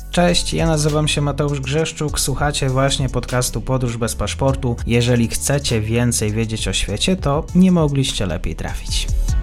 Cześć, ja nazywam się Mateusz Grzeszczuk, słuchacie właśnie podcastu Podróż bez paszportu. Jeżeli chcecie więcej wiedzieć o świecie, to nie mogliście lepiej trafić.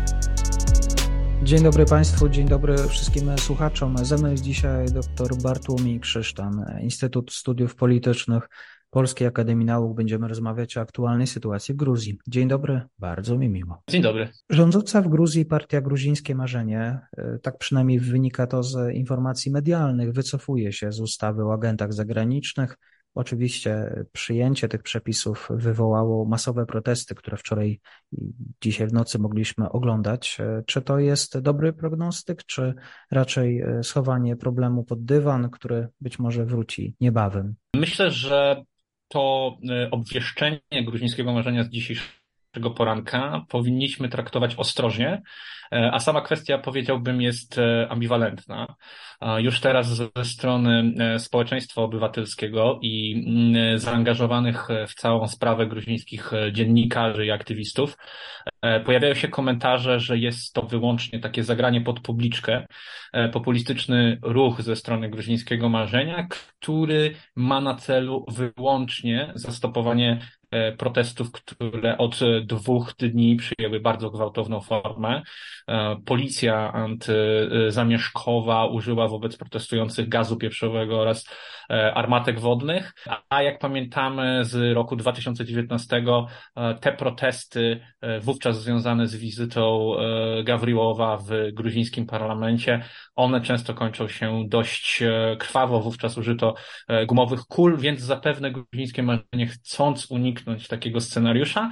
Dzień dobry Państwu, dzień dobry wszystkim słuchaczom. Ze mną jest dzisiaj dr Bartłomiej Krzysztan, Instytut Studiów Politycznych Polskiej Akademii Nauk. Będziemy rozmawiać o aktualnej sytuacji w Gruzji. Dzień dobry, bardzo mi miło. Dzień dobry. Rządząca w Gruzji partia Gruzińskie Marzenie, tak przynajmniej wynika to z informacji medialnych, wycofuje się z ustawy o agentach zagranicznych. Oczywiście przyjęcie tych przepisów wywołało masowe protesty, które wczoraj i dzisiaj w nocy mogliśmy oglądać. Czy to jest dobry prognostyk, czy raczej schowanie problemu pod dywan, który być może wróci niebawem? Myślę, że to obwieszczenie gruzińskiego marzenia z dzisiejszego poranka powinniśmy traktować ostrożnie, a sama kwestia, powiedziałbym, jest ambiwalentna. Już teraz ze strony społeczeństwa obywatelskiego i zaangażowanych w całą sprawę gruzińskich dziennikarzy i aktywistów pojawiają się komentarze, że jest to wyłącznie takie zagranie pod publiczkę, populistyczny ruch ze strony gruzińskiego marzenia, który ma na celu wyłącznie zastopowanie protestów, które od 2 dni przyjęły bardzo gwałtowną formę. Policja antyzamieszkowa użyła wobec protestujących gazu pieprzowego oraz armatek wodnych, a jak pamiętamy z roku 2019 te protesty wówczas związane z wizytą Gawriłowa w gruzińskim parlamencie, one często kończą się dość krwawo, wówczas użyto gumowych kul, więc zapewne gruzińskie marzenie, chcąc uniknąć takiego scenariusza,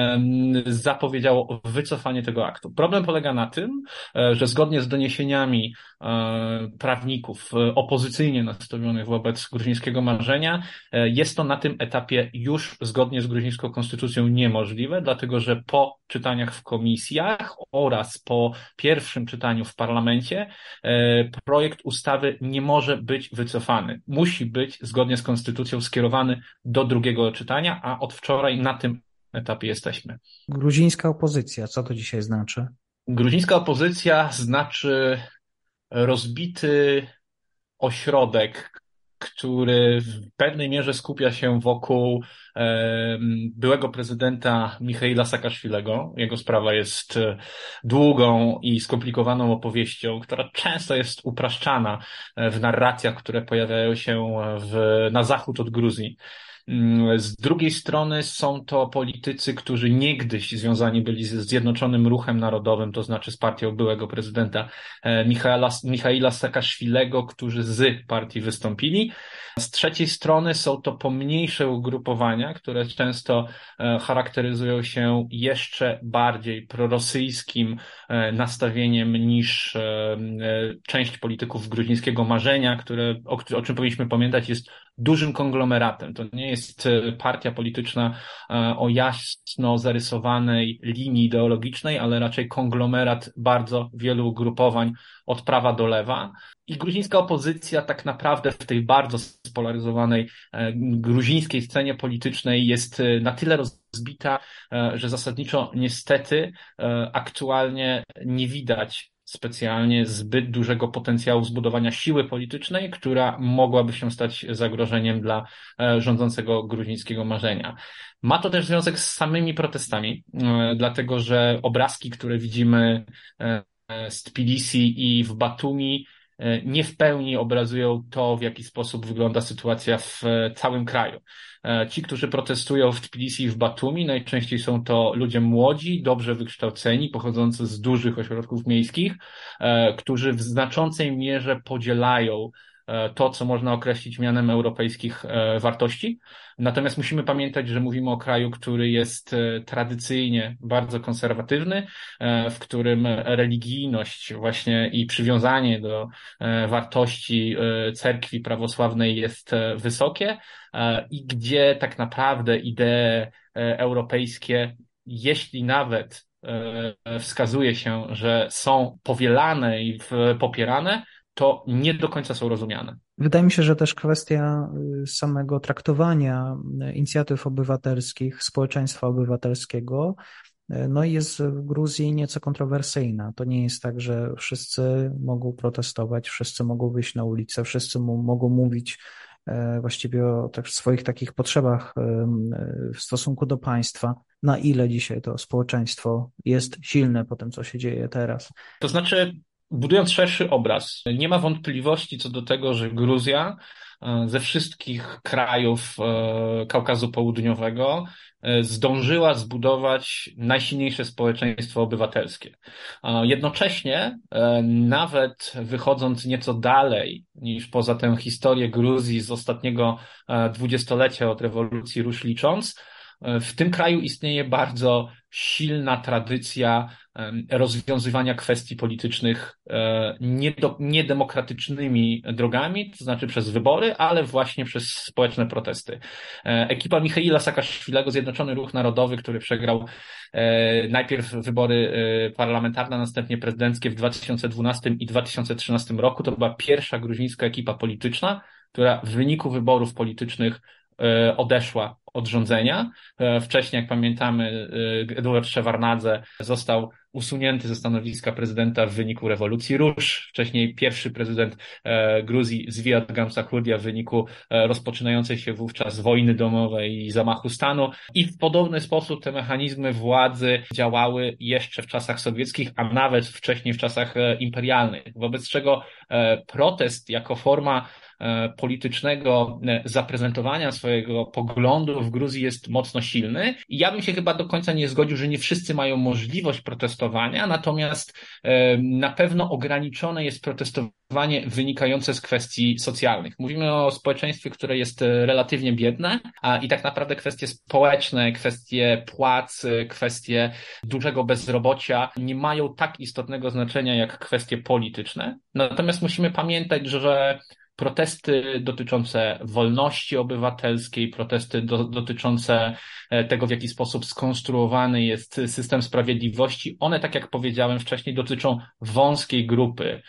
zapowiedziało wycofanie tego aktu. Problem polega na tym, że zgodnie z doniesieniami prawników opozycyjnie nastawionych wobec gruzińskiego marzenia, jest to na tym etapie już zgodnie z gruzińską konstytucją niemożliwe, dlatego że po czytaniach w komisjach oraz po pierwszym czytaniu w parlamencie projekt ustawy nie może być wycofany. Musi być zgodnie z konstytucją skierowany do drugiego czytania, a od wczoraj na tym etapie jesteśmy. Gruzińska opozycja, co to dzisiaj znaczy? Gruzińska opozycja znaczy rozbity ośrodek, który w pewnej mierze skupia się wokół byłego prezydenta Michaila Saakaszwilego. Jego sprawa jest długą i skomplikowaną opowieścią, która często jest upraszczana w narracjach, które pojawiają się na zachód od Gruzji. Z drugiej strony są to politycy, którzy niegdyś związani byli z Zjednoczonym Ruchem Narodowym, to znaczy z partią byłego prezydenta Michaila Saakaszwilego, którzy z partii wystąpili. Z trzeciej strony są to pomniejsze ugrupowania, które często charakteryzują się jeszcze bardziej prorosyjskim nastawieniem niż część polityków gruzińskiego marzenia, które, o czym powinniśmy pamiętać, jest dużym konglomeratem. To nie jest partia polityczna o jasno zarysowanej linii ideologicznej, ale raczej konglomerat bardzo wielu ugrupowań od prawa do lewa. I gruzińska opozycja tak naprawdę w tej bardzo spolaryzowanej gruzińskiej scenie politycznej jest na tyle rozbita, że zasadniczo niestety aktualnie nie widać specjalnie zbyt dużego potencjału zbudowania siły politycznej, która mogłaby się stać zagrożeniem dla rządzącego gruzińskiego marzenia. Ma to też związek z samymi protestami, dlatego że obrazki, które widzimy z Tbilisi i w Batumi, nie w pełni obrazują to, w jaki sposób wygląda sytuacja w całym kraju. Ci, którzy protestują w Tbilisi i w Batumi, najczęściej są to ludzie młodzi, dobrze wykształceni, pochodzący z dużych ośrodków miejskich, którzy w znaczącej mierze podzielają to, co można określić mianem europejskich wartości. Natomiast musimy pamiętać, że mówimy o kraju, który jest tradycyjnie bardzo konserwatywny, w którym religijność właśnie i przywiązanie do wartości cerkwi prawosławnej jest wysokie i gdzie tak naprawdę idee europejskie, jeśli nawet wskazuje się, że są powielane i popierane, to nie do końca są rozumiane. Wydaje mi się, że też kwestia samego traktowania inicjatyw obywatelskich, społeczeństwa obywatelskiego No i jest w Gruzji nieco kontrowersyjna. To nie jest tak, że wszyscy mogą protestować, wszyscy mogą wyjść na ulicę, wszyscy mogą mówić właściwie o też swoich takich potrzebach w stosunku do państwa. Na ile dzisiaj to społeczeństwo jest silne po tym, co się dzieje teraz. To znaczy, budując szerszy obraz, nie ma wątpliwości co do tego, że Gruzja ze wszystkich krajów Kaukazu Południowego zdążyła zbudować najsilniejsze społeczeństwo obywatelskie. Jednocześnie, nawet wychodząc nieco dalej niż poza tę historię Gruzji z ostatniego dwudziestolecia od rewolucji rusz licząc, w tym kraju istnieje bardzo silna tradycja rozwiązywania kwestii politycznych niedemokratycznymi drogami, to znaczy przez wybory, ale właśnie przez społeczne protesty. Ekipa Michaila Saakaszwilego, Zjednoczony Ruch Narodowy, który przegrał najpierw wybory parlamentarne, a następnie prezydenckie w 2012 i 2013 roku, to była pierwsza gruzińska ekipa polityczna, która w wyniku wyborów politycznych odeszła od rządzenia. Wcześniej, jak pamiętamy, Eduard Szewardnadze został usunięty ze stanowiska prezydenta w wyniku rewolucji róż. Wcześniej pierwszy prezydent Gruzji Zviad Gamsachurdia w wyniku rozpoczynającej się wówczas wojny domowej i zamachu stanu. I w podobny sposób te mechanizmy władzy działały jeszcze w czasach sowieckich, a nawet wcześniej w czasach imperialnych. Wobec czego protest jako forma politycznego zaprezentowania swojego poglądu w Gruzji jest mocno silny. I ja bym się chyba do końca nie zgodził, że nie wszyscy mają możliwość protestowania, natomiast na pewno ograniczone jest protestowanie wynikające z kwestii socjalnych. Mówimy o społeczeństwie, które jest relatywnie biedne, i tak naprawdę kwestie społeczne, kwestie płac, kwestie dużego bezrobocia nie mają tak istotnego znaczenia jak kwestie polityczne. Natomiast musimy pamiętać, że protesty dotyczące wolności obywatelskiej, protesty dotyczące tego, w jaki sposób skonstruowany jest system sprawiedliwości, one, tak jak powiedziałem wcześniej, dotyczą wąskiej grupy.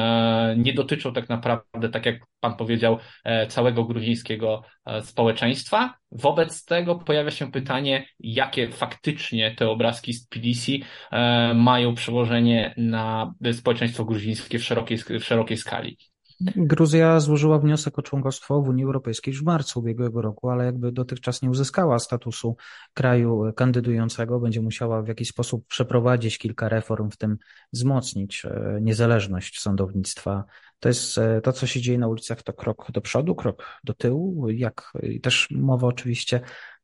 Nie dotyczą tak naprawdę, tak jak pan powiedział, całego gruzińskiego społeczeństwa. Wobec tego pojawia się pytanie, jakie faktycznie te obrazki z Tbilisi mają przełożenie na społeczeństwo gruzińskie w szerokiej skali. Gruzja złożyła wniosek o członkostwo w Unii Europejskiej już w marcu ubiegłego roku, ale jakby dotychczas nie uzyskała statusu kraju kandydującego, będzie musiała w jakiś sposób przeprowadzić kilka reform, w tym wzmocnić niezależność sądownictwa. To jest to, co się dzieje na ulicach, to krok do przodu, krok do tyłu, jak i też mowa oczywiście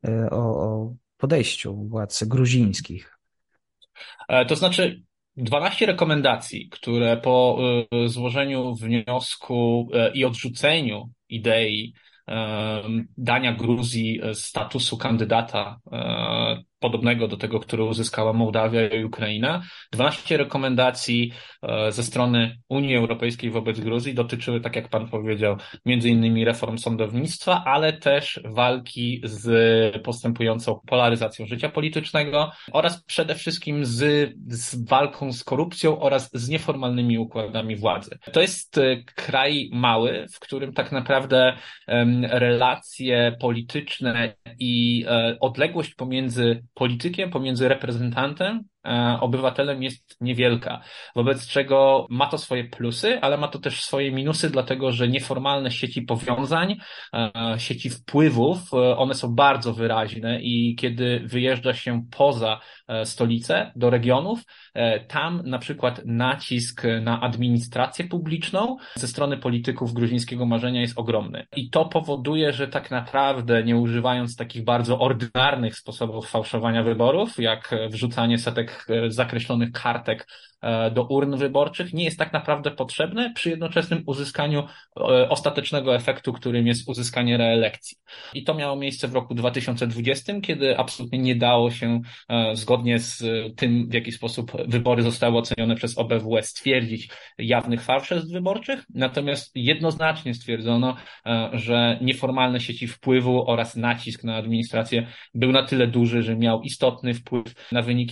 o podejściu władz gruzińskich. To znaczy 12 rekomendacji, które po złożeniu wniosku i odrzuceniu idei dania Gruzji statusu kandydata podobnego do tego, który uzyskała Mołdawia i Ukraina. 12 rekomendacji ze strony Unii Europejskiej wobec Gruzji dotyczyły, tak jak pan powiedział, między innymi reform sądownictwa, ale też walki z postępującą polaryzacją życia politycznego oraz przede wszystkim z walką z korupcją oraz z nieformalnymi układami władzy. To jest kraj mały, w którym tak naprawdę relacje polityczne i odległość pomiędzy politykiem, pomiędzy reprezentantem, obywatelem jest niewielka, wobec czego ma to swoje plusy, ale ma to też swoje minusy, dlatego że nieformalne sieci powiązań, sieci wpływów, one są bardzo wyraźne i kiedy wyjeżdża się poza stolicę, do regionów, tam na przykład nacisk na administrację publiczną ze strony polityków gruzińskiego marzenia jest ogromny. I to powoduje, że tak naprawdę nie używając takich bardzo ordynarnych sposobów fałszowania wyborów, jak wrzucanie setek zakreślonych kartek do urn wyborczych, nie jest tak naprawdę potrzebne przy jednoczesnym uzyskaniu ostatecznego efektu, którym jest uzyskanie reelekcji. I to miało miejsce w roku 2020, kiedy absolutnie nie dało się zgodnie z tym, w jaki sposób wybory zostały ocenione przez OBWE, stwierdzić jawnych fałszerstw wyborczych. Natomiast jednoznacznie stwierdzono, że nieformalne sieci wpływu oraz nacisk na administrację był na tyle duży, że miał istotny wpływ na wyniki wyborów.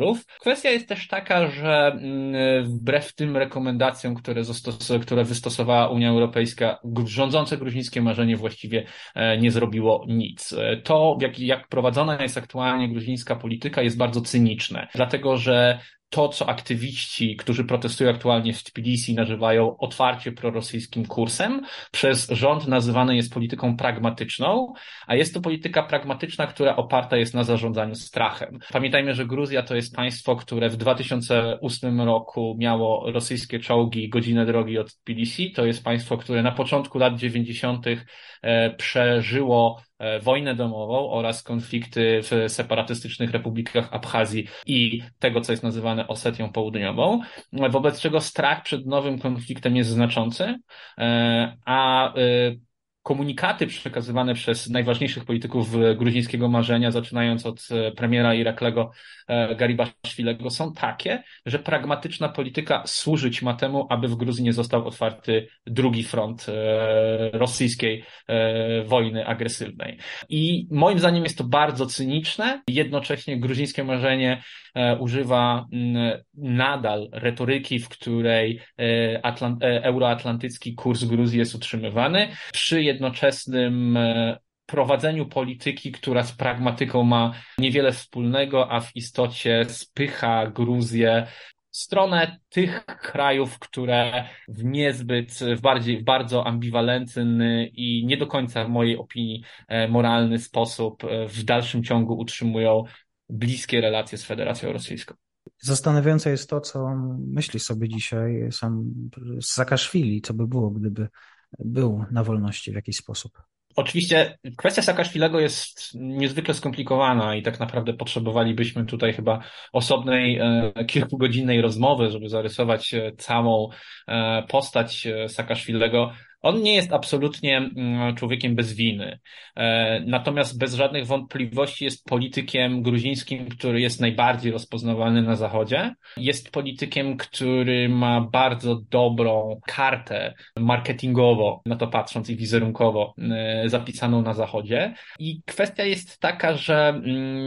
wyborów. Kwestia jest też taka, że wbrew tym rekomendacjom, które wystosowała Unia Europejska, rządzące gruzińskie marzenie właściwie nie zrobiło nic. To, jak prowadzona jest aktualnie gruzińska polityka, jest bardzo cyniczne, dlatego że to, co aktywiści, którzy protestują aktualnie w Tbilisi, nazywają otwarcie prorosyjskim kursem, przez rząd nazywane jest polityką pragmatyczną, a jest to polityka pragmatyczna, która oparta jest na zarządzaniu strachem. Pamiętajmy, że Gruzja to jest państwo, które w 2008 roku miało rosyjskie czołgi godzinę drogi od Tbilisi. To jest państwo, które na początku lat 90. przeżyło wojnę domową oraz konflikty w separatystycznych republikach Abchazji i tego, co jest nazywane Osetią Południową, wobec czego strach przed nowym konfliktem jest znaczący, a komunikaty przekazywane przez najważniejszych polityków gruzińskiego marzenia, zaczynając od premiera Iraklego Garibaszwilego, są takie, że pragmatyczna polityka służyć ma temu, aby w Gruzji nie został otwarty drugi front rosyjskiej wojny agresywnej. I moim zdaniem jest to bardzo cyniczne. Jednocześnie gruzińskie marzenie używa nadal retoryki, w której euroatlantycki kurs Gruzji jest utrzymywany, przy jednoczesnym prowadzeniu polityki, która z pragmatyką ma niewiele wspólnego, a w istocie spycha Gruzję w stronę tych krajów, które w bardzo ambiwalentny i nie do końca w mojej opinii moralny sposób w dalszym ciągu utrzymują bliskie relacje z Federacją Rosyjską. Zastanawiające jest to, co myśli sobie dzisiaj sam Saakaszwili, co by było, gdyby był na wolności w jakiś sposób. Oczywiście kwestia Saakaszwilego jest niezwykle skomplikowana i tak naprawdę potrzebowalibyśmy tutaj chyba osobnej, kilkugodzinnej rozmowy, żeby zarysować całą postać Saakaszwilego. On nie jest absolutnie człowiekiem bez winy. Natomiast bez żadnych wątpliwości jest politykiem gruzińskim, który jest najbardziej rozpoznawalny na Zachodzie. Jest politykiem, który ma bardzo dobrą kartę marketingowo, na to patrząc i wizerunkowo, zapisaną na Zachodzie. I kwestia jest taka, że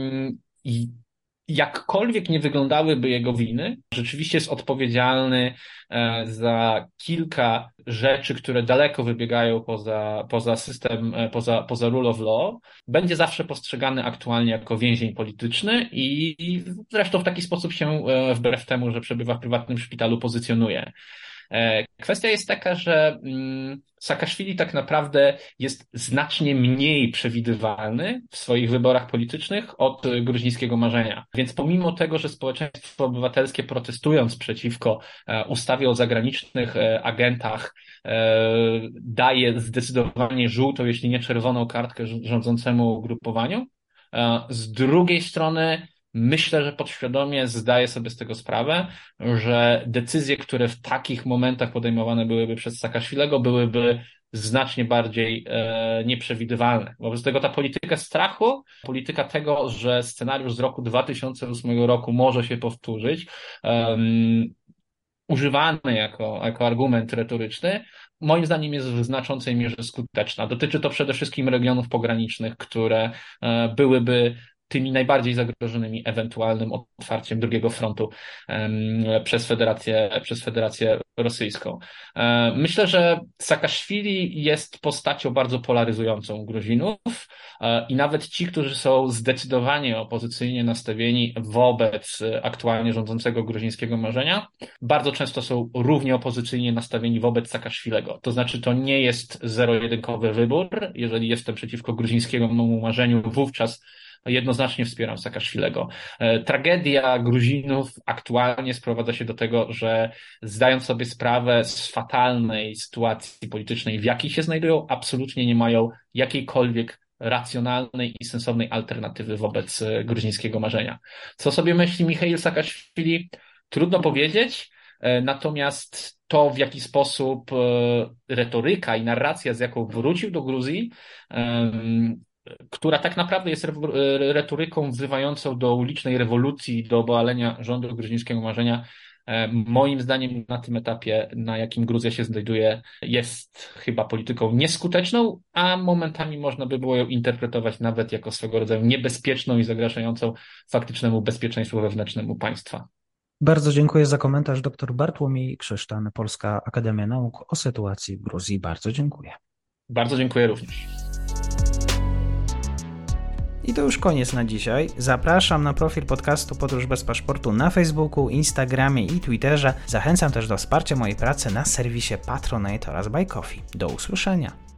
jakkolwiek nie wyglądały jego winy, rzeczywiście jest odpowiedzialny za kilka rzeczy, które daleko wybiegają poza system, poza rule of law, będzie zawsze postrzegany aktualnie jako więzień polityczny i zresztą w taki sposób się, wbrew temu, że przebywa w prywatnym szpitalu, pozycjonuje. Kwestia jest taka, że Saakaszwili tak naprawdę jest znacznie mniej przewidywalny w swoich wyborach politycznych od gruzińskiego marzenia. Więc pomimo tego, że społeczeństwo obywatelskie, protestując przeciwko ustawie o zagranicznych agentach, daje zdecydowanie żółtą, jeśli nie czerwoną kartkę rządzącemu ugrupowaniu, z drugiej strony myślę, że podświadomie zdaje sobie z tego sprawę, że decyzje, które w takich momentach podejmowane byłyby przez Saakaszwilego, byłyby znacznie bardziej nieprzewidywalne. Wobec tego ta polityka strachu, polityka tego, że scenariusz z roku 2008 roku może się powtórzyć, używany jako argument retoryczny, moim zdaniem jest w znaczącej mierze skuteczna. Dotyczy to przede wszystkim regionów pogranicznych, które byłyby tymi najbardziej zagrożonymi ewentualnym otwarciem drugiego frontu przez Federację Rosyjską. Myślę, że Saakaszwili jest postacią bardzo polaryzującą Gruzinów i nawet ci, którzy są zdecydowanie opozycyjnie nastawieni wobec aktualnie rządzącego gruzińskiego marzenia, bardzo często są równie opozycyjnie nastawieni wobec Saakaszwilego. To znaczy, to nie jest zero-jedynkowy wybór. Jeżeli jestem przeciwko gruzińskiemu marzeniu, wówczas jednoznacznie wspieram Saakaszwilego. Tragedia Gruzinów aktualnie sprowadza się do tego, że zdając sobie sprawę z fatalnej sytuacji politycznej, w jakiej się znajdują, absolutnie nie mają jakiejkolwiek racjonalnej i sensownej alternatywy wobec gruzińskiego marzenia. Co sobie myśli Michail Saakaszwili? Trudno powiedzieć, natomiast to, w jaki sposób retoryka i narracja, z jaką wrócił do Gruzji, która tak naprawdę jest retoryką wzywającą do ulicznej rewolucji, do obalenia rządu gruzińskiego marzenia, Moim zdaniem na tym etapie, na jakim Gruzja się znajduje, jest chyba polityką nieskuteczną, a momentami można by było ją interpretować nawet jako swego rodzaju niebezpieczną i zagrażającą faktycznemu bezpieczeństwu wewnętrznemu państwa. Bardzo dziękuję za komentarz dr Bartłomiej Krzysztan, Polska Akademia Nauk o sytuacji w Gruzji. Bardzo dziękuję. Bardzo dziękuję również. I to już koniec na dzisiaj. Zapraszam na profil podcastu Podróż bez paszportu na Facebooku, Instagramie i Twitterze. Zachęcam też do wsparcia mojej pracy na serwisie Patronite oraz Buy Coffee. Do usłyszenia.